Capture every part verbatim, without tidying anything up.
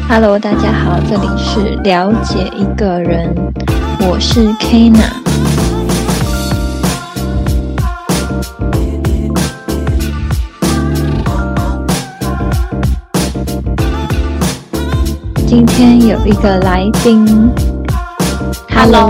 Hello， 大家好，这里是了解一个人，我是 Kena。今天有一个来宾 ，Hello。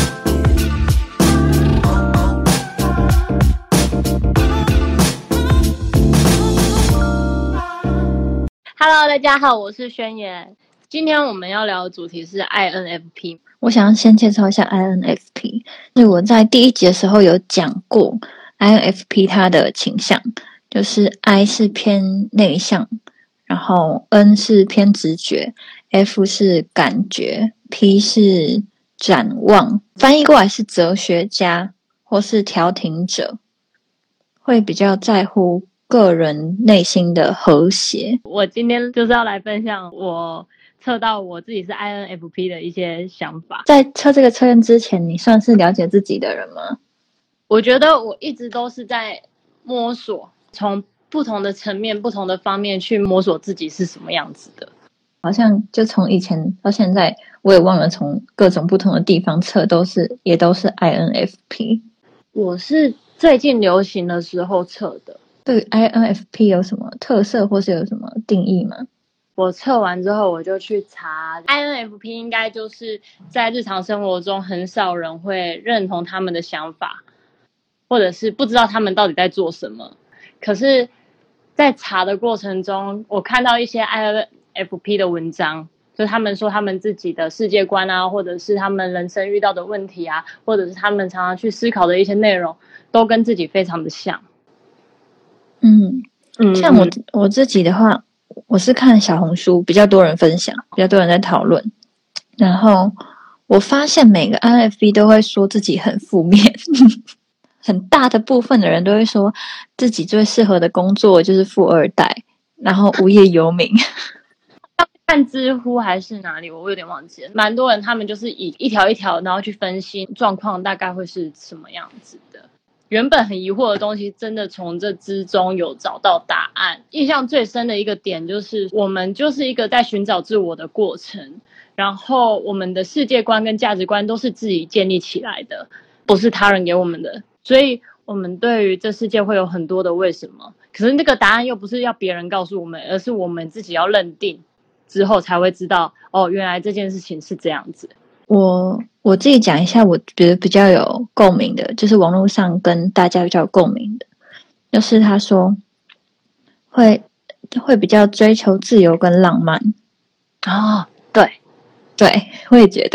Hello， 大家好，我是轩言。今天我们要聊的主题是 I N F P。 我想先介绍一下 I N F P， 是我在第一集的时候有讲过 I N F P 它的倾向，就是 I 是偏内向，然后 N 是偏直觉 ，F 是感觉 ，P 是展望。翻译过来是哲学家或是调停者，会比较在乎个人内心的和谐。 我今天就是要来分享我测到我自己是 I N F P 的一些想法。 在测这个测验之前，你算是了解自己的人吗？ 我觉得我一直都是在摸索，从不同的层面、不同的方面去摸索自己是什么样子的。 好像就从以前到现在，我也忘了从各种不同的地方测，都是也都是 I N F P。 我是最近流行的时候测的。 对 I N F P 有什么特色或是有什么定义吗？ 我测完之后我就去查 I N F P 应该就是在日常生活中很少人会认同他们的想法，或者是不知道他们到底在做什么。可是在查的过程中，我看到一些 I N F P 的文章，就他们说他们自己的世界观啊，或者是他们人生遇到的问题啊，或者是他们常常去思考的一些内容，都跟自己非常的像。 嗯嗯，像我我自己的话，我是看小红书，比较多人分享，比较多人在讨论，然后我发现每个 I N F P 都会说自己很负面，很大的部分的人都会说自己最适合的工作就是富二代，然后无业游民。 看知乎还是哪里，我有点忘记了。蛮多人他们就是以一条一条，然后去分析状况大概会是什么样子的。原本很疑惑的东西，真的从这之中有找到答案。印象最深的一个点就是，我们就是一个在寻找自我的过程，然后我们的世界观跟价值观都是自己建立起来的，不是他人给我们的。所以我们对于这世界会有很多的为什么，可是那个答案又不是要别人告诉我们，而是我们自己要认定之后才会知道，哦，原来这件事情是这样子。 我我自己讲一下，我觉得比较有共鸣的，就是网络上跟大家比较有共鸣的，就是他说会会比较追求自由跟浪漫。 哦，对对，我也觉得。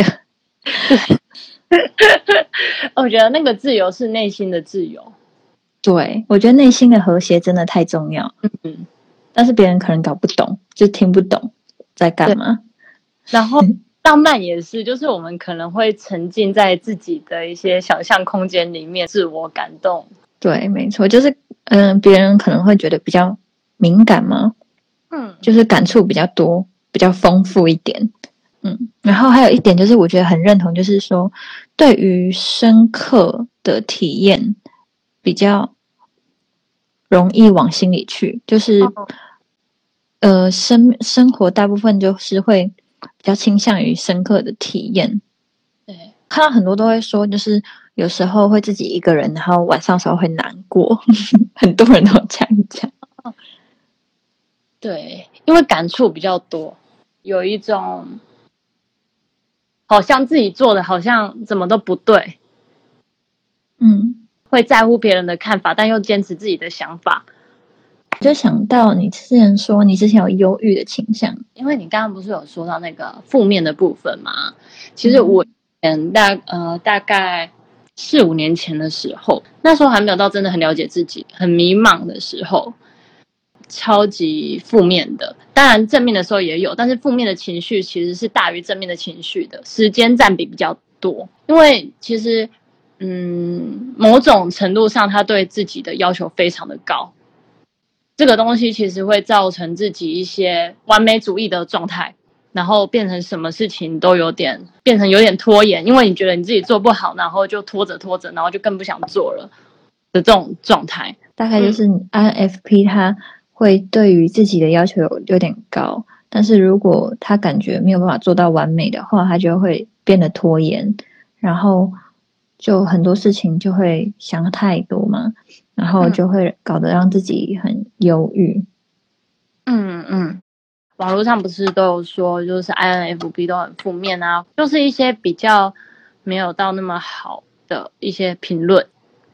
我觉得那个自由是内心的自由。 对，我觉得内心的和谐真的太重要。 嗯， 但是别人可能搞不懂，就听不懂在干嘛。 然后浪漫也是，就是我们可能会沉浸在自己的一些想象空间里面，自我感动。 对，没错，就是嗯、呃，别人可能会觉得比较敏感嘛， 嗯， 就是感触比较多，比较丰富一点。嗯，然后还有一点就是，我觉得很认同，就是说，对于深刻的体验比较容易往心里去，就是、哦、呃，生生活大部分就是会比较倾向于深刻的体验。 对， 看到很多都会说，就是有时候会自己一个人，然后晚上的时候会难过，很多人都这样讲。 对，因为感触比较多，有一种好像自己做的好像怎么都不对， 嗯， 会在乎别人的看法，但又坚持自己的想法。 就想到你之前说你之前有忧郁的倾向， 因为你刚刚不是有说到那个负面的部分吗？其实我嗯大呃大概四五年前的时候，那时候还没有到真的很了解自己，很迷茫的时候，超级负面的。当然正面的时候也有，但是负面的情绪其实是大于正面的情绪的，时间占比比较多。因为其实嗯某种程度上他对自己的要求非常的高，这个东西其实会造成自己一些完美主义的状态，然后变成什么事情都有点变成有点拖延，因为你觉得你自己做不好，然后就拖着拖着，然后就更不想做了的这种状态。 大概就是 I N F P 他会对于自己的要求有有点高， 但是如果他感觉没有办法做到完美的话，他就会变得拖延，然后就很多事情就会想太多嘛，然后就会搞得让自己很忧郁。 嗯嗯，网络上不是都有说，就是 I N F P 都很负面啊，就是一些比较没有到那么好的一些评论。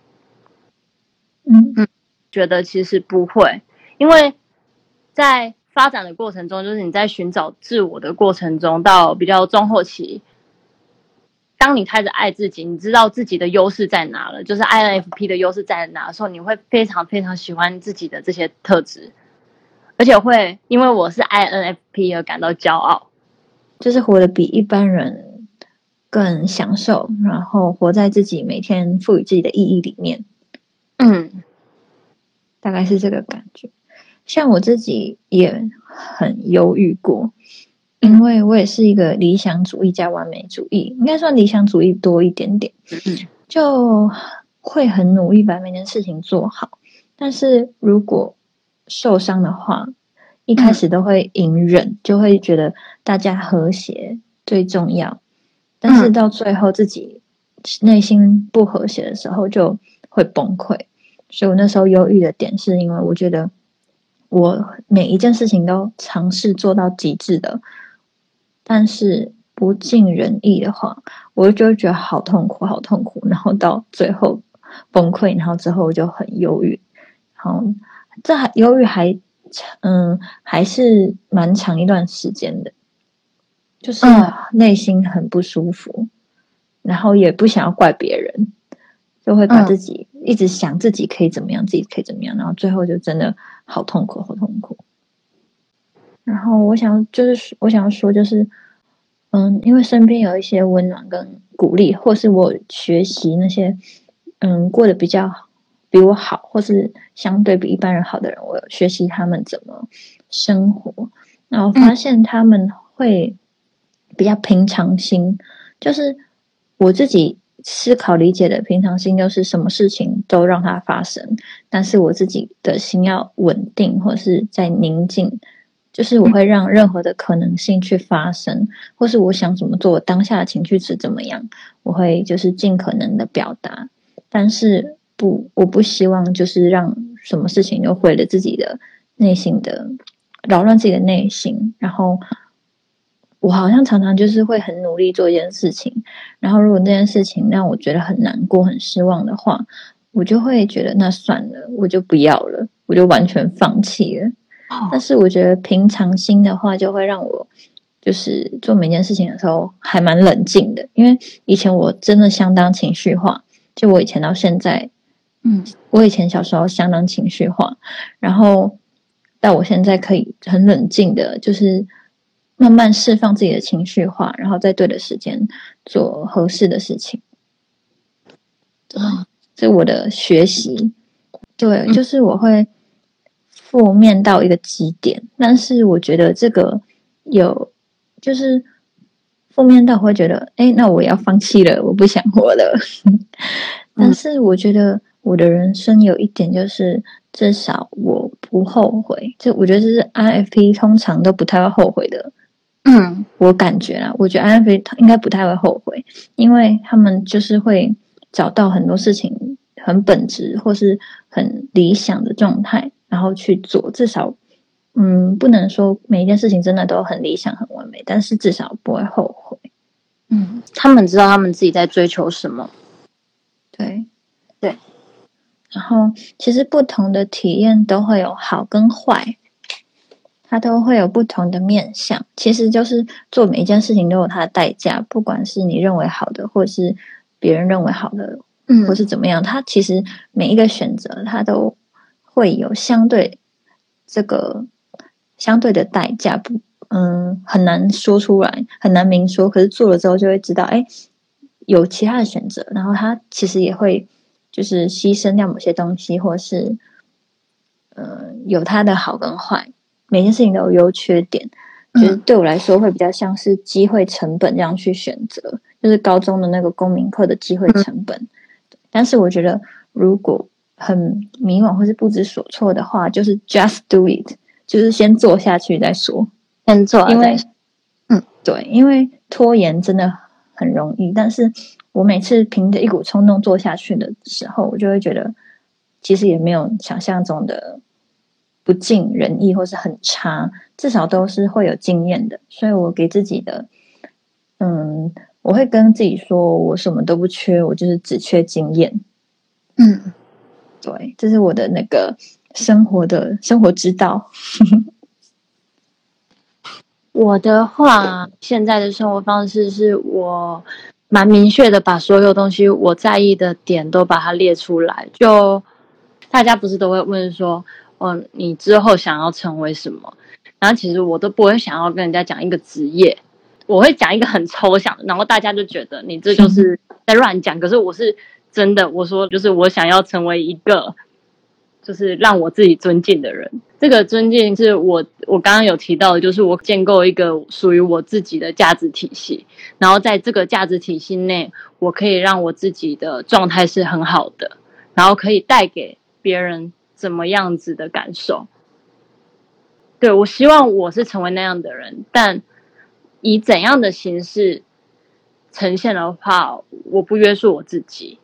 嗯嗯，觉得其实不会，因为在发展的过程中，就是你在寻找自我的过程中，到比较中后期，当你开始爱自己，你知道自己的优势在哪了，就是 I N F P 的优势在哪的时候，你会非常非常喜欢自己的这些特质，而且会因为我是 I N F P 而感到骄傲， 就是活得比一般人更享受，然后活在自己每天赋予自己的意义里面。 嗯， 大概是这个感觉。像我自己也很犹豫过，因为我也是一个理想主义加完美主义，应该算理想主义多一点点，就会很努力把每件事情做好。但是如果受伤的话，一开始都会隐忍，就会觉得大家和谐最重要。但是到最后自己内心不和谐的时候，就会崩溃。所以我那时候忧郁的点是因为我觉得我每一件事情都尝试做到极致的，但是不尽人意的话，我就会觉得好痛苦好痛苦，然后到最后崩溃，然后之后我就很忧郁，然后这还忧郁还嗯还是蛮长一段时间的，就是内心很不舒服，然后也不想要怪别人，就会把自己、嗯、一直想自己可以怎么样，自己可以怎么样，然后最后就真的好痛苦，好痛苦。然后我想就是我想要说就是，嗯，因为身边有一些温暖跟鼓励，或是我学习那些嗯过得比较比我好，或是相对比一般人好的人，我有学习他们怎么生活，然后发现他们会比较平常心，就是我自己思考理解的平常心，就是什么事情都让它发生，但是我自己的心要稳定，或是在宁静，就是我会让任何的可能性去发生，或是我想怎么做，我当下的情绪是怎么样，我会就是尽可能的表达，但是不，我不希望就是让什么事情都毁了自己的内心的，扰乱自己的内心，然后我好像常常就是会很努力做一件事情，然后如果这件事情让我觉得很难过很失望的话，我就会觉得那算了，我就不要了，我就完全放弃了。哦、但是我觉得平常心的话就会让我就是做每件事情的时候还蛮冷静的，因为以前我真的相当情绪化，就我以前到现在嗯，我以前小时候相当情绪化，然后到我现在可以很冷静的就是慢慢释放自己的情绪化，然后在对的时间做合适的事情。这是我的学习。对，就是我会负面到一个极点，但是我觉得这个有就是负面到会觉得哎，那我要放弃了，我不想活了。但是我觉得我的人生有一点就是至少我不后悔，这我觉得这是 I N F P 通常都不太会后悔的。嗯，我感觉啦，我觉得 I N F P 应该不太会后悔，因为他们就是会找到很多事情很本质或是很理想的状态，然后去做。至少，嗯，不能说每一件事情真的都很理想很完美，但是至少不会后悔。 嗯，他们知道他们自己在追求什么。 对，对。然后其实不同的体验都会有好跟坏。它都会有不同的面向，其实就是做每一件事情都有它的代价，不管是你认为好的，或是别人认为好的，嗯，或是怎么样，它其实每一个选择，它都会有相对这个相对的代价，不，嗯，很难说出来，很难明说，可是做了之后就会知道，哎，有其他的选择，然后它其实也会就是牺牲掉某些东西，或是，呃，有它的好跟坏。每件事情都有优缺点，就是对我来说会比较像是机会成本这样去选择，就是高中的那个公民课的机会成本。但是我觉得如果很迷惘或是不知所措的话，就是 just do it， 就是先做下去再说。 先做了因为再说。嗯， 对，因为拖延真的很容易，但是我每次凭着一股冲动做下去的时候，我就会觉得其实也没有想象中的不尽人意或是很差，至少都是会有经验的。所以我给自己的，嗯，我会跟自己说，我什么都不缺，我就是只缺经验。 嗯， 对，这是我的那个生活的生活之道。 我的话，现在的生活方式是我蛮明确的，把所有东西我在意的点都把它列出来。就大家不是都会问说，哦，你之后想要成为什么？然后其实我都不会想要跟人家讲一个职业，我会讲一个很抽象的，然后大家就觉得你这就是在乱讲。可是我是真的，我说就是我想要成为一个就是让我自己尊敬的人。这个尊敬是我我刚刚有提到的，就是我建构一个属于我自己的价值体系，然后在这个价值体系内，我可以让我自己的状态是很好的，然后可以带给别人怎么样子的感受。对，我希望我是成为那样的人，但以怎样的形式呈现的话，我不约束我自己。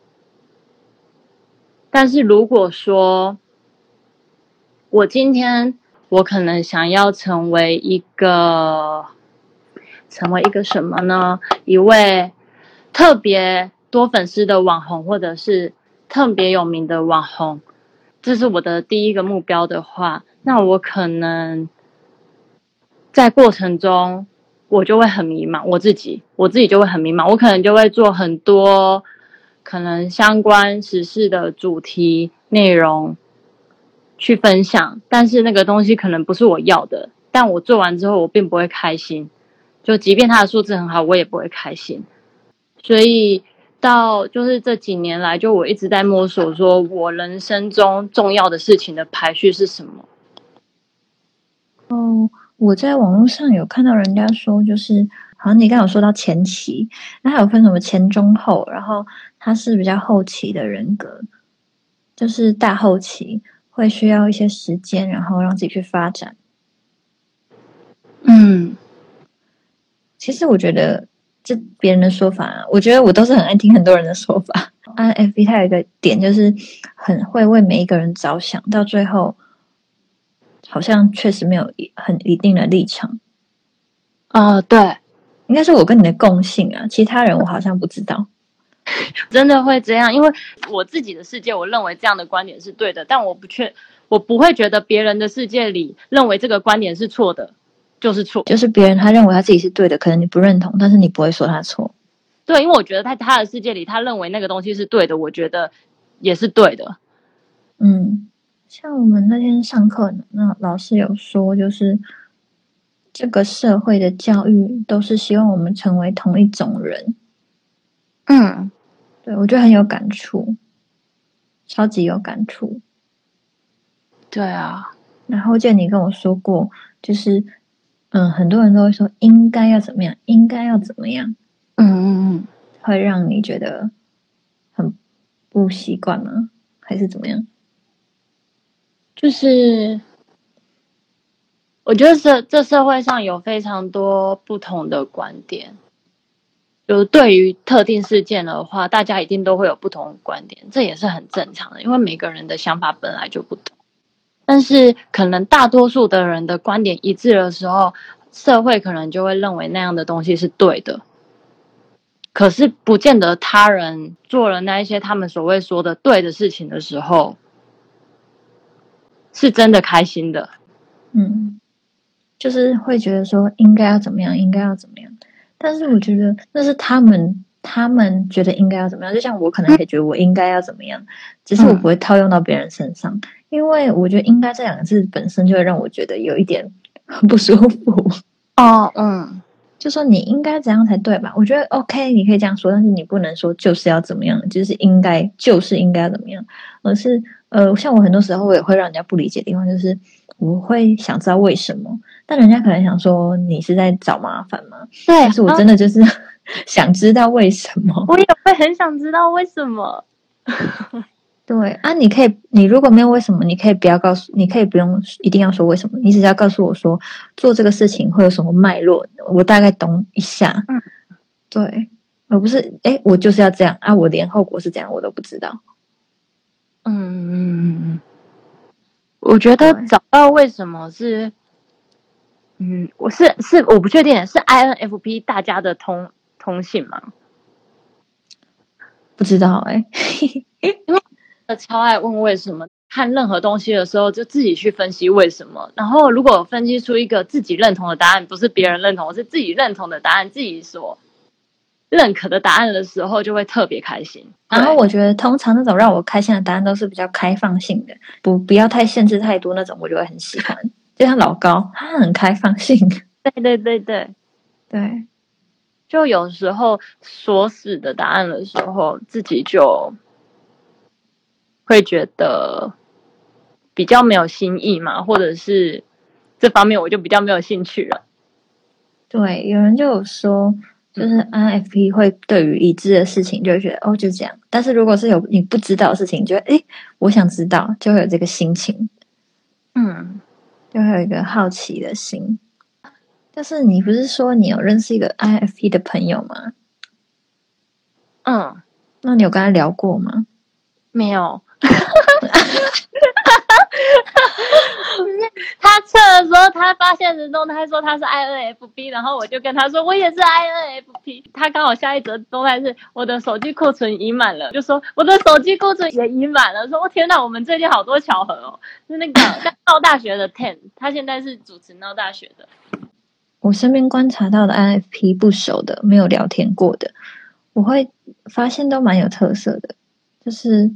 但是如果说我今天我可能想要成为一个成为一个什么呢？一位特别多粉丝的网红，或者是特别有名的网红，这是我的第一个目标的话，那我可能在过程中我就会很迷茫，我自己我自己就会很迷茫，我可能就会做很多可能相关时事的主题内容去分享，但是那个东西可能不是我要的，但我做完之后我并不会开心，就即便它的数字很好，我也不会开心。所以到就是这几年来，就我一直在摸索，说我人生中重要的事情的排序是什么。 哦，我在网络上有看到人家说，就是好像你刚刚有说到前期，那还有分什么前中后，然后他是比较后期的人格，就是大后期会需要一些时间，然后让自己去发展。 嗯， 其实我觉得这别人的说法，我觉得我都是很爱听很多人的说法。I N F P 它有一个点就是很会为每一个人着想，到最后好像确实没有很一定的立场。 呃，对， 应该是我跟你的共性啊，其他人我好像不知道。 真的会这样，因为我自己的世界，我认为这样的观点是对的，但我不确，我不会觉得别人的世界里认为这个观点是错的，就是错。 就是别人他认为他自己是对的，可能你不认同，但是你不会说他错。 对，因为我觉得在他的世界里，他认为那个东西是对的，我觉得也是对的。 嗯，像我们那天上课，那老师有说，就是这个社会的教育都是希望我们成为同一种人。 嗯， 对，我觉得很有感触，超级有感触。 对啊。 然后见你跟我说过，就是嗯，很多人都会说应该要怎么样，应该要怎么样， 嗯嗯嗯， 会让你觉得很不习惯吗？还是怎么样？ 就是我觉得这这社会上有非常多不同的观点，就是对于特定事件的话，大家一定都会有不同的观点，这也是很正常的，因为每个人的想法本来就不同。但是可能大多数的人的观点一致的时候，社会可能就会认为那样的东西是对的。可是不见得他人做了那一些他们所谓说的对的事情的时候，是真的开心的。 嗯，就是会觉得说应该要怎么样，应该要怎么样。但是我觉得那是他们他们觉得应该要怎么样，就像我可能也觉得我应该要怎么样，只是我不会套用到别人身上，嗯、因为我觉得应该这两个字本身就会让我觉得有一点不舒服。 哦，嗯。 就说你应该怎样才对吧？我觉得 OK， 你可以这样说，但是你不能说就是要怎么样，就是应该就是应该怎么样，而是呃，像我很多时候我也会让人家不理解的地方，就是我会想知道为什么，但人家可能想说你是在找麻烦吗？ 对， 但是我真的就是、啊、想知道为什么。 我也会很想知道为什么。 对啊，你可以，你如果没有为什么，你可以不要告诉，你可以不用一定要说为什么，你只要告诉我说做这个事情会有什么脉络，我大概懂一下。 嗯， 对，而不是哎，我就是要这样啊，我连后果是怎样我都不知道。 嗯嗯嗯，我觉得找到为什么是，嗯，我是是我不确定是 I N F P 大家的通通信吗？ 不知道哎、 欸，因为我超爱问为什么，看任何东西的时候就自己去分析为什么，然后如果分析出一个自己认同的答案，不是别人认同，是自己认同的答案，自己所认可的答案的时候，就会特别开心。 然后我觉得通常那种让我开心的答案都是比较开放性的，不不要太限制太多那种，我就会很喜欢。就像老高，他很开放性。 对对对对对， 就有时候锁死的答案的时候，自己就会觉得比较没有新意嘛，或者是这方面我就比较没有兴趣了。 对，有人就有说，就是 I N F P 会对于已知的事情就会觉得哦就这样，但是如果是有你不知道的事情，就会诶我想知道，就会有这个心情， 嗯， 就会有一个好奇的心。但是你不是说你有认识一个 I N F P 的朋友吗？ 嗯， 那你有跟他聊过吗？ 没有。他测的时候，他发现实动态说他是 I N F P， 然后我就跟他说我也是 I N F P。他刚好下一则动态是我的手机库存已满了，就说我的手机库存也已满了。说我天哪，我们最近好多巧合哦！是那个闹大学的 Ten， 他现在是主持闹大学的。 我身边观察到的 I N F P 不熟的，没有聊天过的，我会发现都蛮有特色的，就是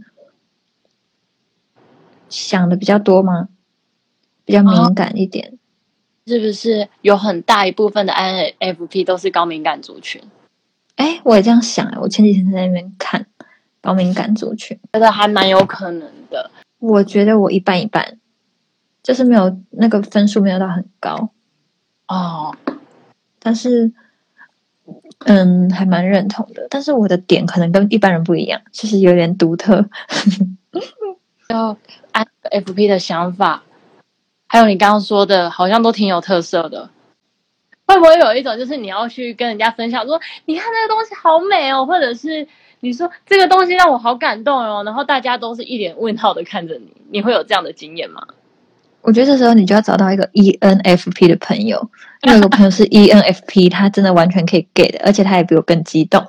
想的比较多吗？比较敏感一点。 哦，是不是有很大一部分的 I N F P 都是高敏感族群？ 哎，我也这样想，我前几天在那边看高敏感族群， 觉得还蛮有可能的。 我觉得我一半一半，就是没有那个分数没有到很高哦，但是嗯还蛮认同的。但是我的点可能跟一般人不一样，就是有点独特。 就 I N F P 的想法，还有你刚刚说的，好像都挺有特色的。会不会有一种就是你要去跟人家分享说，你看那个东西好美哦，或者是你说这个东西让我好感动哦，然后大家都是一脸问号的看着你，你会有这样的经验吗？ 我觉得这时候你就要找到一个 E N F P 的朋友，因为有个朋友是 E N F P， 他真的完全可以 get， 而且他也比我更激动。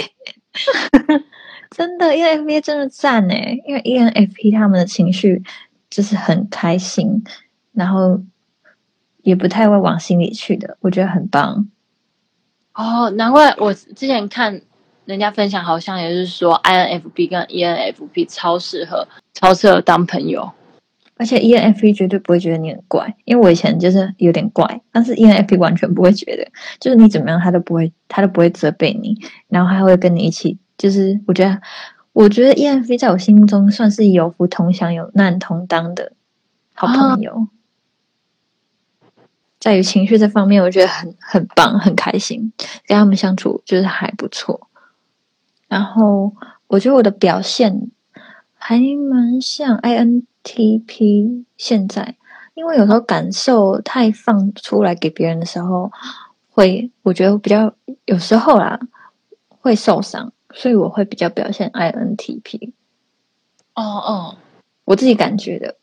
真的 E N F P 真的赞耶，因为 E N F P 他们的情绪就是很开心，然后也不太会往心里去的，我觉得很棒。 哦，难怪我之前看人家分享，好像也是说 I N F P 跟 E N F P 超适合，超适合当朋友。 而且 E N F P 绝对不会觉得你很怪，因为我以前就是有点怪，但是 E N F P 完全不会觉得，就是你怎么样他都不会，他都不会责备你，然后还会跟你一起，就是我觉得，我觉得 E N F P 在我心中算是有福同享、有难同当的好朋友。哦，在于情绪这方面，我觉得很很棒，很开心，跟他们相处就是还不错。然后我觉得我的表现还蛮像 I N T P 现在，因为有时候感受太放出来给别人的时候，会我觉得比较有时候啦会受伤，所以我会比较表现 I N T P。 哦哦， 我自己感觉的。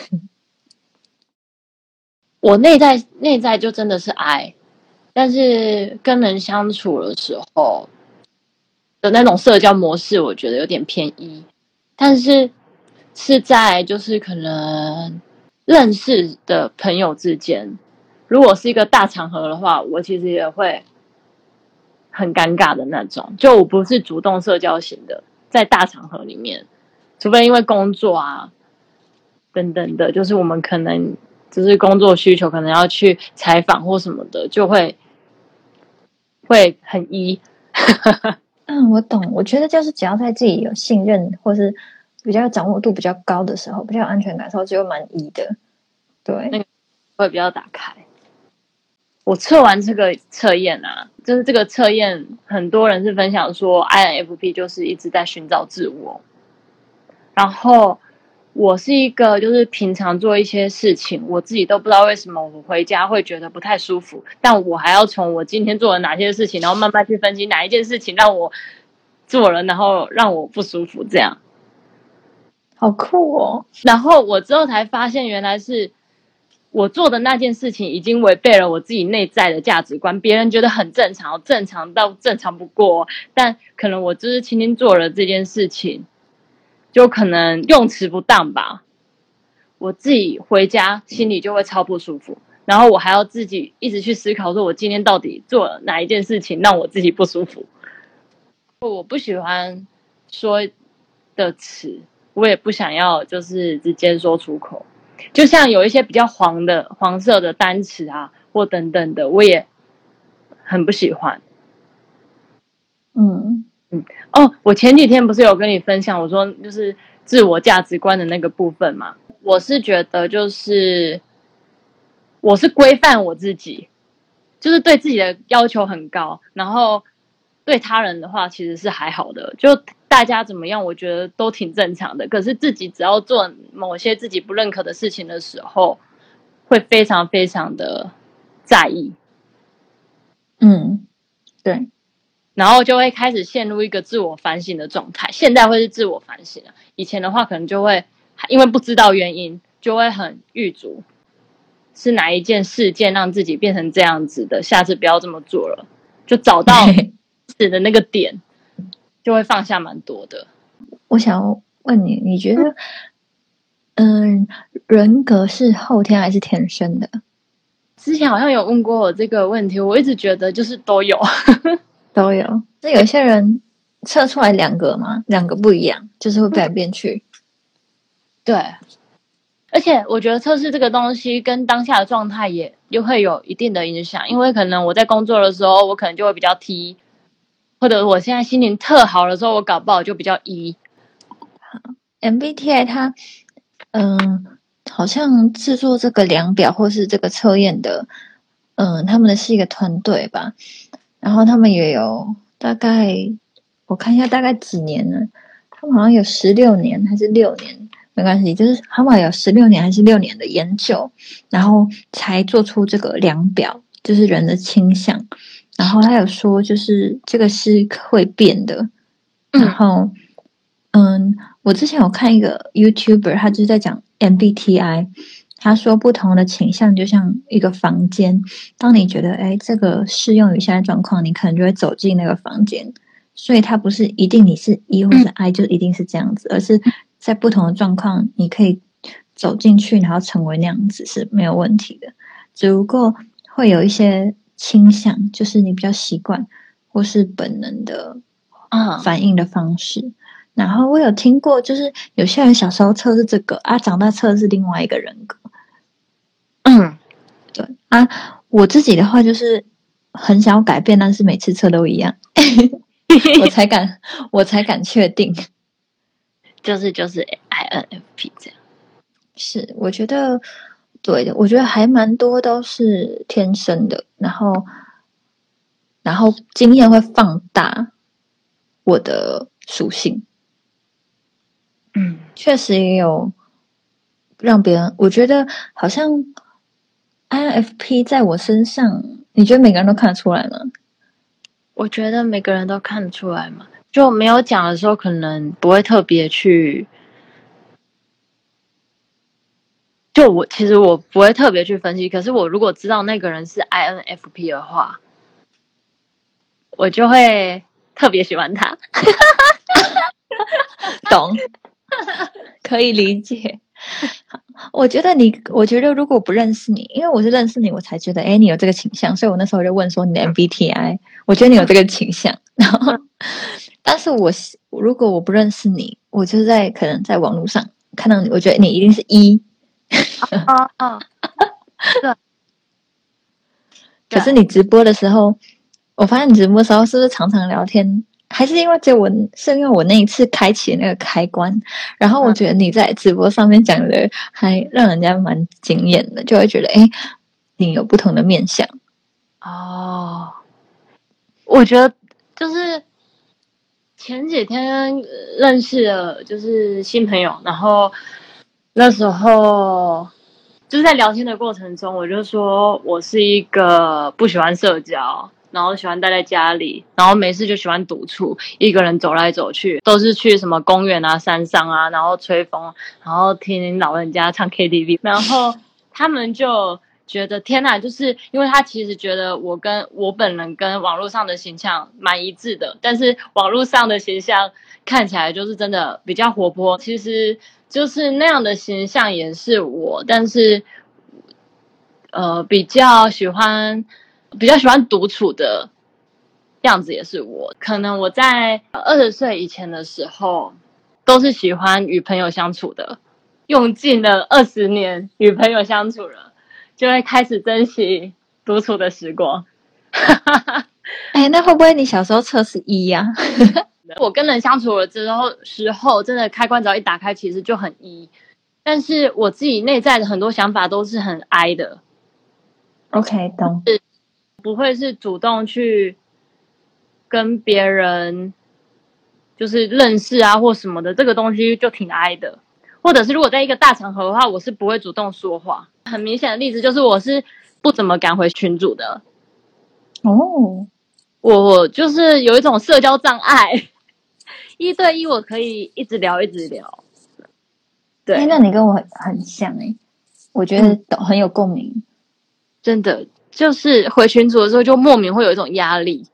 我内在内在就真的是 I， 但是跟人相处的时候的那种社交模式，我觉得有点偏 E， 但是是在就是可能认识的朋友之间，如果是一个大场合的话，我其实也会很尴尬的那种。就我不是主动社交型的，在大场合里面，除非因为工作啊等等的，就是我们可能就是工作需求，可能要去采访或什么的，就会会很 E。 嗯，我懂。我觉得就是只要在自己有信任或是比较掌握度比较高的时候，比较有安全感的时候，就蛮 E 的。对， 那个会比较打开。我测完这个测验啊，就是这个测验，很多人是分享说 I N F P 就是一直在寻找自我， 然后我是一个就是平常做一些事情，我自己都不知道为什么我回家会觉得不太舒服，但我还要从我今天做了哪些事情，然后慢慢去分析哪一件事情让我做了，然后让我不舒服，这样。 好酷哦！ 然后我之后才发现，原来是我做的那件事情已经违背了我自己内在的价值观，别人觉得很正常，正常到正常不过，但可能我就是轻轻做了这件事情，就可能用词不当吧，我自己回家心里就会超不舒服，然后我还要自己一直去思考，说我今天到底做了哪一件事情让我自己不舒服。我不喜欢说的词，我也不想要就是直接说出口，就像有一些比较黄的黄色的单词啊或等等的，我也很不喜欢。 嗯嗯哦，我前几天不是有跟你分享，我说就是自我价值观的那个部分嘛，我是觉得就是我是规范我自己，就是对自己的要求很高，然后对他人的话其实是还好的，就大家怎么样，我觉得都挺正常的。可是自己只要做某些自己不认可的事情的时候，会非常非常的在意， 嗯，对， 然后就会开始陷入一个自我反省的状态。现在会是自我反省，以前的话可能就会因为不知道原因，就会很郁卒。是哪一件事件让自己变成这样子的？下次不要这么做了，就找到死的那个点，就会放下蛮多的。 我想要问你，你觉得，嗯，人格是后天还是天生的？ 之前好像有问过我这个问题，我一直觉得就是都有， 都有。那有些人测出来两个嘛，两个不一样，就是会变来变去。 对。而且我觉得测试这个东西跟当下的状态也又会有一定的影响，因为可能我在工作的时候，我可能就会比较 T， 或者我现在心情特好的时候，我搞不好就比较 E。 M B T I 它，嗯，好像制作这个量表或是这个测验的，嗯，他们的是一个团队吧，然后他们也有大概，我看一下大概几年呢？他们好像有十六年还是六年，没关系，就是他们有十六年还是六年的研究，然后才做出这个量表，就是人的倾向。然后他有说，就是这个是会变的，然后，嗯，我之前有看一个 YouTuber，他就是在讲 M B T I，他说不同的倾向就像一个房间，当你觉得哎这个适用于现在状况，你可能就会走进那个房间。所以它不是一定你是 E 或者 I 就一定是这样子，而是在不同的状况，你可以走进去，然后成为那样子是没有问题的。只不过会有一些倾向，就是你比较习惯或是本能的反应的方式。嗯、然后我有听过，就是有些人小时候测是这个啊，长大测是另外一个人格。 嗯， 对啊，我自己的话就是很想要改变，但是每次测都一样。我才敢，我才敢确定， 就是就是 I N F P 这样。 是，我觉得对的，我觉得还蛮多都是天生的，然后，然后经验会放大我的属性。 嗯， 确实也有让别人，我觉得好像 I N F P 在我身上，你觉得每个人都看得出来吗？ 我觉得每个人都看得出来嘛，就没有讲的时候，可能不会特别去。就我其实我不会特别去分析，可是我如果知道那个人是 I N F P 的话，我就会特别喜欢他。 懂，可以理解。我觉得你，我觉得如果不认识你，因为我是认识你，我才觉得，哎，你有这个倾向，所以我那时候就问说你的 M B T I，我觉得你有这个倾向。然后，但是我如果我不认识你，我就在可能在网络上看到你，我觉得你一定是 E。 啊啊，对。 可是你直播的时候，我发现你直播的时候是不是常常聊天？还是因为只有我，是因为我那一次开启那个开关，然后我觉得你在直播上面讲的还让人家蛮惊艳的，就会觉得哎，你有不同的面向。 哦，我觉得就是前几天认识了就是新朋友，然后那时候就是在聊天的过程中，我就说我是一个不喜欢社交，然后喜欢待在家里，然后没事就喜欢独处，一个人走来走去，都是去什么公园啊、山上啊，然后吹风，然后听老人家唱 K T V， 然后他们就觉得天哪，就是因为他其实觉得我跟我本人跟网络上的形象蛮一致的，但是网络上的形象看起来就是真的比较活泼，其实就是那样的形象也是我，但是呃比较喜欢比较喜欢独处的样子也是我。可能我在二十岁以前的时候都是喜欢与朋友相处的，用尽了二十年与朋友相处了，就会开始珍惜独处的时光。 哎，那会不会你小时候测试一呀、啊？ 我跟人相处了之后，时候真的开关只要一打开，其实就很 E， 但是我自己内在的很多想法都是很 I 的。 OK， 懂。 不会是主动去跟别人就是认识啊或什么的，这个东西就挺 I 的。或者是如果在一个大场合的话，我是不会主动说话。很明显的例子就是我是不怎么敢回群组的。 哦， 我就是有一种社交障碍，一对一我可以一直聊一直聊。对， 那你跟我很很像哎、欸，我觉得都很有共鸣、嗯。 真的，就是回群组的时候就莫名会有一种压力。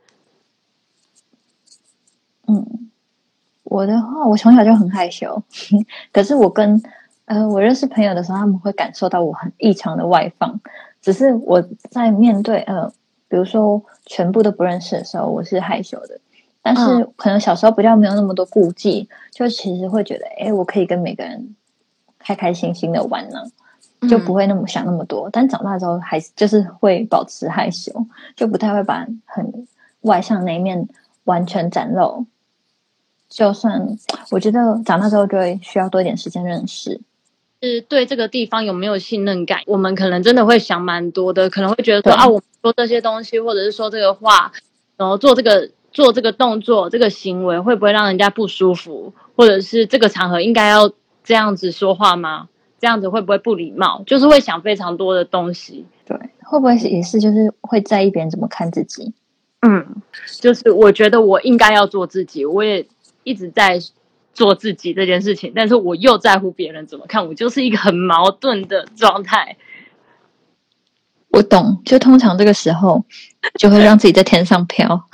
嗯，我的话，我从小就很害羞，可是我跟呃我认识朋友的时候，他们会感受到我很异常的外放。只是我在面对呃，比如说全部都不认识的时候，我是害羞的。但是可能小时候比较没有那么多顾忌，就其实会觉得，哎，我可以跟每个人开开心心的玩呢、啊，就不会那么想那么多。但长大之后，还是就是会保持害羞，就不太会把很外向那一面完全展露。就算我觉得长大之后就会需要多一点时间认识， 是对这个地方有没有信任感，我们可能真的会想蛮多的，可能会觉得说啊，我们说这些东西，或者是说这个话，然后做这个做这个动作、这个行为，会不会让人家不舒服，或者是这个场合应该要这样子说话吗？这样子会不会不礼貌？就是会想非常多的东西。 对，会不会也是就是会在意别人怎么看自己？ 嗯，就是我觉得我应该要做自己，我也一直在做自己这件事情，但是我又在乎别人怎么看，我就是一个很矛盾的状态。 我懂，就通常这个时候就会让自己在天上飘。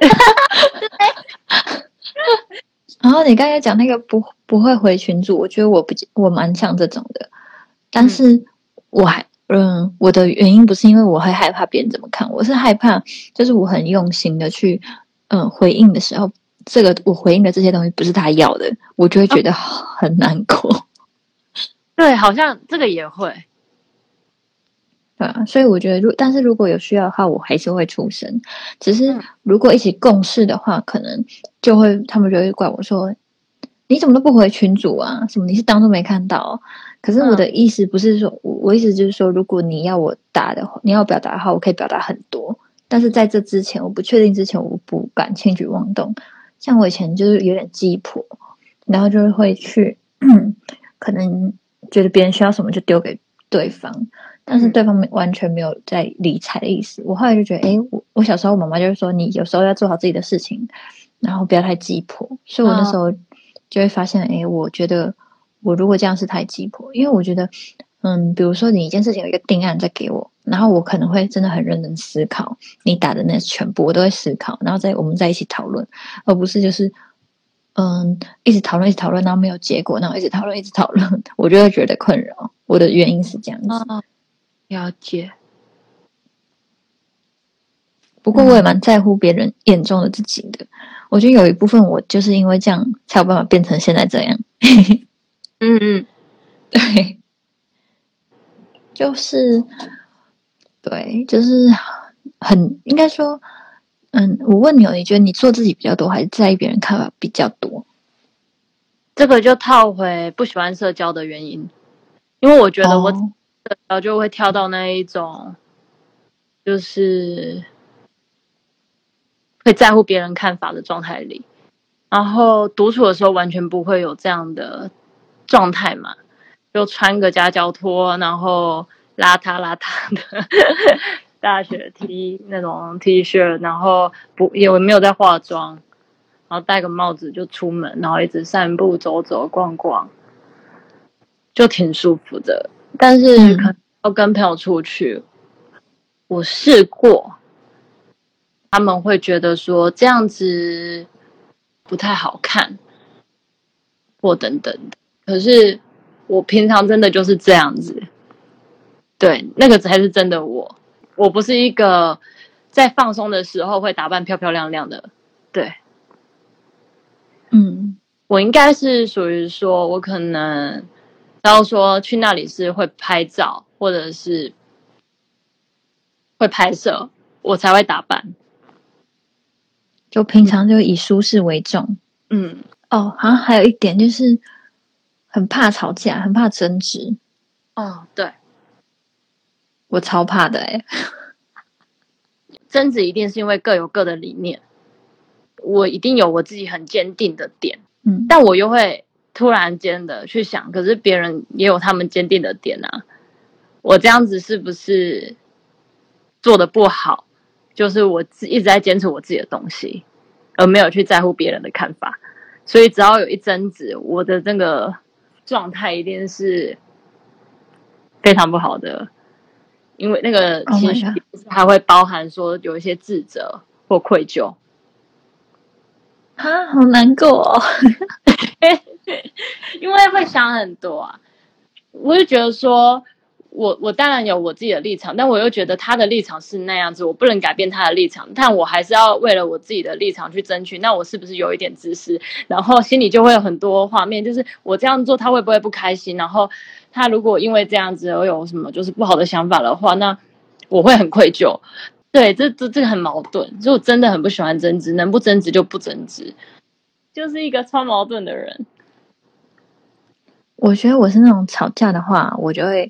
然后你刚才讲那个不不会回群组，我觉得我不我蛮像这种的，但是我还嗯，我的原因不是因为我会害怕别人怎么看，我是害怕就是我很用心的去嗯回应的时候，这个我回应的这些东西不是他要的，我就会觉得很难过。 对，好像这个也会。 对啊，所以我觉得如，但是如果有需要的话，我还是会出声。只是如果一起共事的话，可能就会他们就会怪我说：“你怎么都不回群组啊？什么你是当做没看到？”可是我的意思不是说，嗯、我意思就是说，如果你要我打的话，你要表达的话，我可以表达很多。但是在这之前，我不确定之前，我不敢轻举妄动。像我以前就是有点鸡婆，然后就会去，可能觉得别人需要什么就丢给对方。但是对方完全没有在理睬的意思。我后来就觉得，哎，我我小时候妈妈就是说，你有时候要做好自己的事情，然后不要太鸡婆。所以我那时候就会发现，哎，我觉得我如果这样是太鸡婆，因为我觉得，嗯，比如说你一件事情有一个定案再给我，然后我可能会真的很认真思考你打的那全部，我都会思考，然后再我们再一起讨论，而不是就是嗯一直讨论一直讨论，然后没有结果，然后一直讨论一直讨论，我就会觉得困扰。我的原因是这样子。 哦，了解。 不过我也蛮在乎别人眼中的自己的，我觉得有一部分我就是因为这样才有办法变成现在这样。 嗯嗯， 对，就是对，就是很应该说，嗯，我问你哦，你觉得你做自己比较多，还是在意别人看法比较多？ 这个就套回不喜欢社交的原因，因为我觉得我社交就会跳到那一种，就是会在乎别人看法的状态里。 然后独处的时候完全不会有这样的状态嘛，就穿个夹脚拖，然后邋遢邋遢的大学 T 那种 T 恤，然后不也没有在化妆，然后戴个帽子就出门，然后一直散步走走逛逛，就挺舒服的。但是可能要跟朋友出去，我试过，他们会觉得说这样子不太好看，或等等的。可是我平常真的就是这样子，对，那个才是真的我。我不是一个在放松的时候会打扮漂漂亮亮的，对， 嗯， 我应该是属于说，我可能然后说去那里是会拍照，或者是会拍摄，我才会打扮。 就平常就以舒适为重。 嗯， 哦，好像还有一点就是很怕吵架，很怕争执。 哦，对， 我超怕的哎、欸。 争执一定是因为各有各的理念，我一定有我自己很坚定的点， 嗯， 但我又会突然间的去想，可是别人也有他们坚定的点啊，我这样子是不是做的不好？就是我一直在坚持我自己的东西，而没有去在乎别人的看法，所以只要有一争执，我的那个状态一定是非常不好的，因为那个情绪还会包含说有一些自责或愧疚。 啊，好难过哦。 因为会想很多啊，我就觉得说，我我当然有我自己的立场，但我又觉得他的立场是那样子，我不能改变他的立场，但我还是要为了我自己的立场去争取。那我是不是有一点自私？然后心里就会有很多画面，就是我这样做他会不会不开心？然后他如果因为这样子而有什么就是不好的想法的话，那我会很愧疚。对，这这这个很矛盾，所以我真的很不喜欢争执，能不争执就不争执，就是一个超矛盾的人。 我觉得我是那种吵架的话，我就会，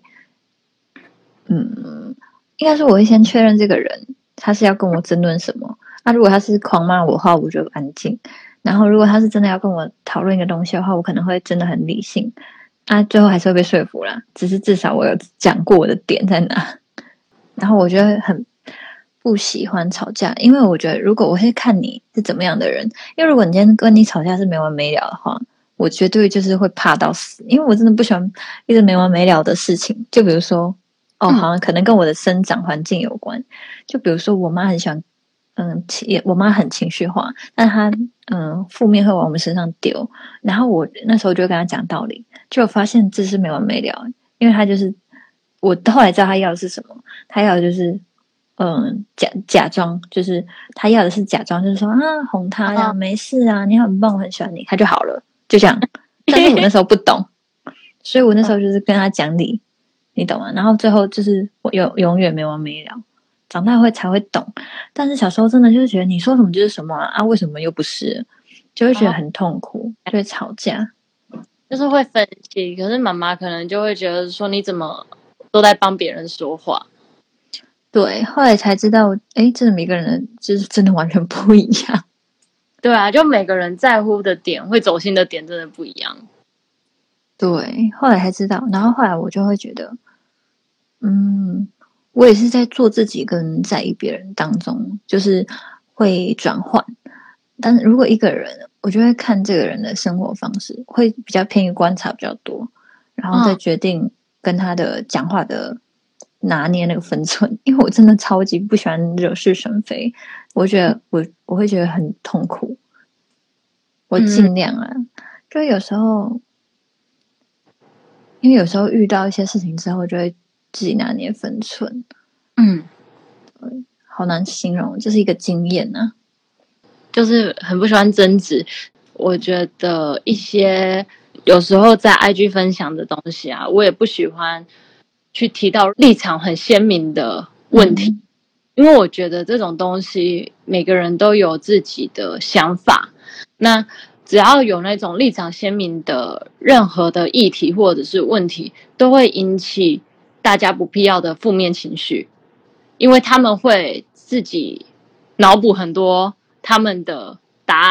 嗯，应该是我会先确认这个人他是要跟我争论什么。那、啊、如果他是狂骂我的话，我就安静。然后如果他是真的要跟我讨论一个东西的话，我可能会真的很理性。啊，最后还是会被说服啦。只是至少我有讲过我的点在哪。然后我觉得很不喜欢吵架，因为我觉得如果我会看你是怎么样的人，因为如果你今天跟你吵架是没完没了的话，我绝对就是会怕到死，因为我真的不喜欢一直没完没了的事情。就比如说，哦，好像可能跟我的生长环境有关。就比如说，我妈很喜欢，嗯，我妈很情绪化，但她嗯负面会往我们身上丢。然后我那时候就跟她讲道理，就发现这是没完没了，因为她就是我后来知道她要的是什么，她要的就是嗯假假装，就是她要的是假装，就是说啊哄她呀，没事啊，你很棒，我很喜欢你，她就好了。就这样，但是我那时候不懂，所以我那时候就是跟他讲理，你懂吗？然后最后就是我永永远没完没了，长大会才会懂。但是小时候真的就是觉得你说什么就是什么 啊, 啊为什么又不是，就会觉得很痛苦，就会吵架， 就是会分析。可是妈妈可能就会觉得说你怎么都在帮别人说话。 对，后来才知道，哎，真的每个人就是真的完全不一样。 对啊，就每个人在乎的点会走心的点真的不一样。 对，后来才知道，然后后来我就会觉得，嗯，我也是在做自己跟在意别人当中，就是会转换。但是如果一个人，我就会看这个人的生活方式，会比较偏于观察比较多，然后再决定跟他的讲话的拿捏那个分寸。因为我真的超级不喜欢惹是生非，我觉得我我会觉得很痛苦。我尽量啊，嗯、就有时候，因为有时候遇到一些事情之后，就会自己拿捏分寸。 嗯， 好难形容，这是一个经验啊。 就是很不喜欢争执。我觉得一些有时候在 I G 分享的东西啊，我也不喜欢去提到立场很鲜明的问题，嗯、因为我觉得这种东西每个人都有自己的想法，那只要有那种立场鲜明的任何的议题或者是问题，都会引起大家不必要的负面情绪，因为他们会自己脑补很多他们的答案，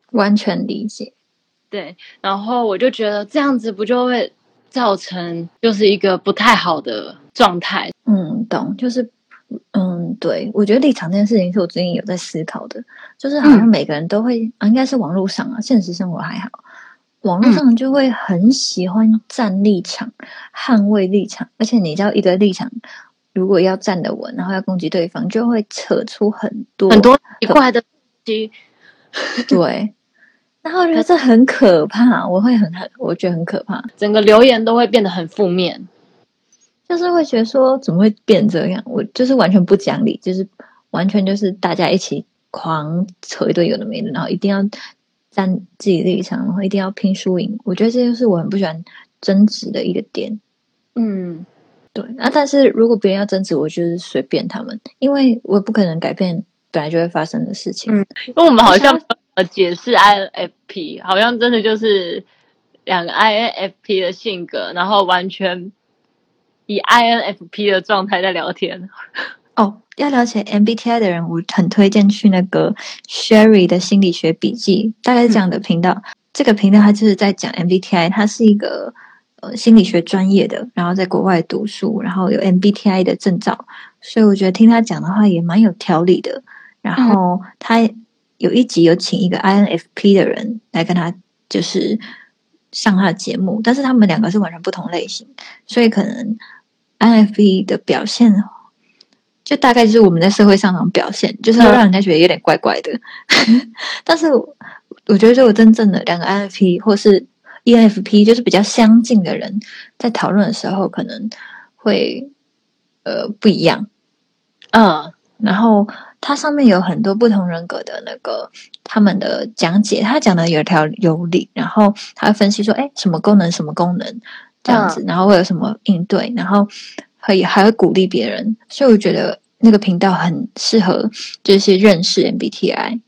完全理解。 对，然后我就觉得这样子不就会造成就是一个不太好的状态。 嗯，懂，就是嗯，对，我觉得立场这件事情是我最近有在思考的，就是好像每个人都会、嗯、啊，应该是网络上啊，现实生活还好，网络上就会很喜欢站立场、嗯、捍卫立场，而且你知道一个立场如果要站得稳，然后要攻击对方，就会扯出很多很多奇怪的东西。 对，然后我觉得这很可怕，我会很很，我觉得很可怕， 整个留言都会变得很负面， 就是会觉得说怎么会变这样？我就是完全不讲理，就是完全就是大家一起狂扯一堆有的没的，然后一定要站自己立场，然后一定要拼输赢。我觉得这就是我很不喜欢争执的一个点。 嗯， 对啊，但是如果别人要争执，我就是随便他们，因为我不可能改变本来就会发生的事情。 嗯，因为我们好像解释 I N F P， 好像真的就是两个 I N F P 的性格，然后完全以 I N F P 的状态在聊天。 哦，要了解 M B T I 的人，我很推荐去那个 Sherry 的心理学笔记，大概是这样的频道。嗯、这个频道它就是在讲 M B T I， 它是一个呃心理学专业的，然后在国外读书，然后有 M B T I 的证照，所以我觉得听他讲的话也蛮有条理的。然后他有一集有请一个 I N F P 的人来跟他就是上他的节目，但是他们两个是完全不同类型，所以可能 I N F P 的表现就大概就是我们在社会上那种表现，就是让人家觉得有点怪怪的。嗯、但是我觉得如果真正的两个 I N F P 或是 E N F P 就是比较相近的人在讨论的时候可能会呃不一样。嗯，然后它上面有很多不同人格的那个他们的讲解，他讲的有条有理，然后他会分析说，哎，什么功能什么功能这样子，然后会有什么应对，然后还还会鼓励别人，所以我觉得那个频道很适合就是认识 M B T I。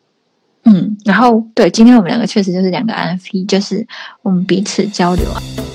嗯，然后对，今天我们两个确实就是两个 I N F P，就是我们彼此交流啊。